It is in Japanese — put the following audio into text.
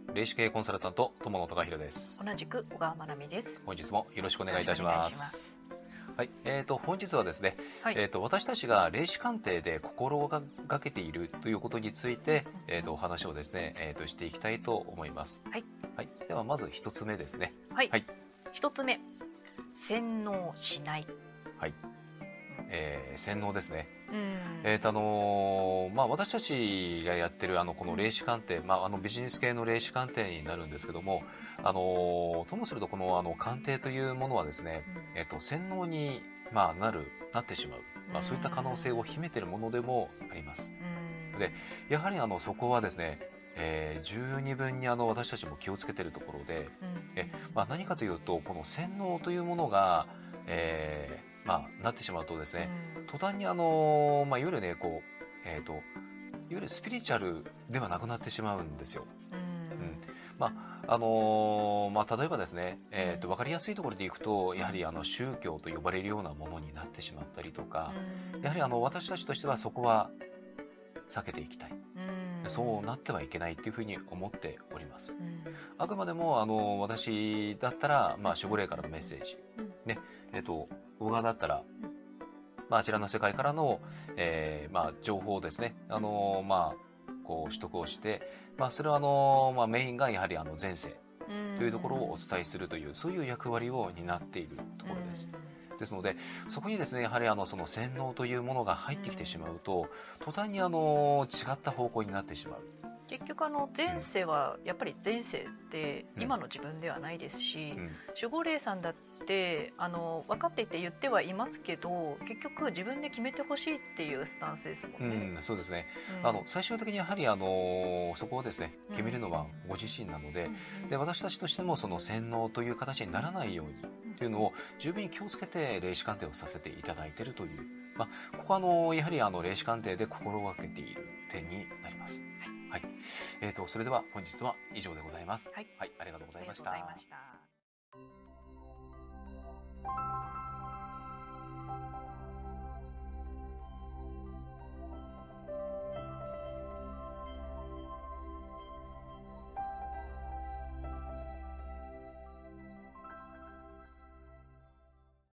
霊視系コンサルタント友野貴弘です。 同じく小川真奈美です。 本日もよろしくお願いいたします。はい、本日はですね、 はい、 私たちが霊視鑑定で心がけているということについて、お話をですね、していきたいと思います。 はい、 はい、ではまず一つ目ですね。 はい、 はい、 一つ目、洗脳しない。 はい、洗脳ですね。 うん、 私たちがやってるこの霊視鑑定、ビジネス系の霊視鑑定になるんですけども、ともするとこの鑑定というものはですね、洗脳に、なってしまう、そういった可能性を秘めているものでもあります。で、やはりそこはですね、十二分に私たちも気をつけているところで、何かというと、この洗脳というものが、なってしまうとですね、途端にいわゆるね、いわゆるスピリチュアルではなくなってしまうんですよ。例えばですね、分かりやすいところでいくと、やはり宗教と呼ばれるようなものになってしまったりとか、やはり私たちとしてはそこは避けていきたい。そうなってはいけないというふうに思っております。あくまでも私だったら、守護霊からのメッセージ、ね、小川だったら、あちらの世界からの、情報をですね、こう取得をして、それはメインがやはり前世というところをお伝えするという、そういう役割を担っているところです。ですので、そこにですね、やはりその洗脳というものが入ってきてしまうと、途端に違った方向になってしまう。 結局前世はやっぱり前世って今の自分ではないですし、守護霊さんだって分かっていて言ってはいますけど、結局自分で決めてほしいっていうスタンスですもんね。 そうですね。最終的にやはりそこをですね、決めるのはご自身なので、私たちとしてもその洗脳という形にならないようにというのを十分に気をつけて霊視鑑定をさせていただいているという、ここはやはり霊視鑑定で心がけている点になります。はい。それでは本日は以上でございます。 はい、 ありがとうございました。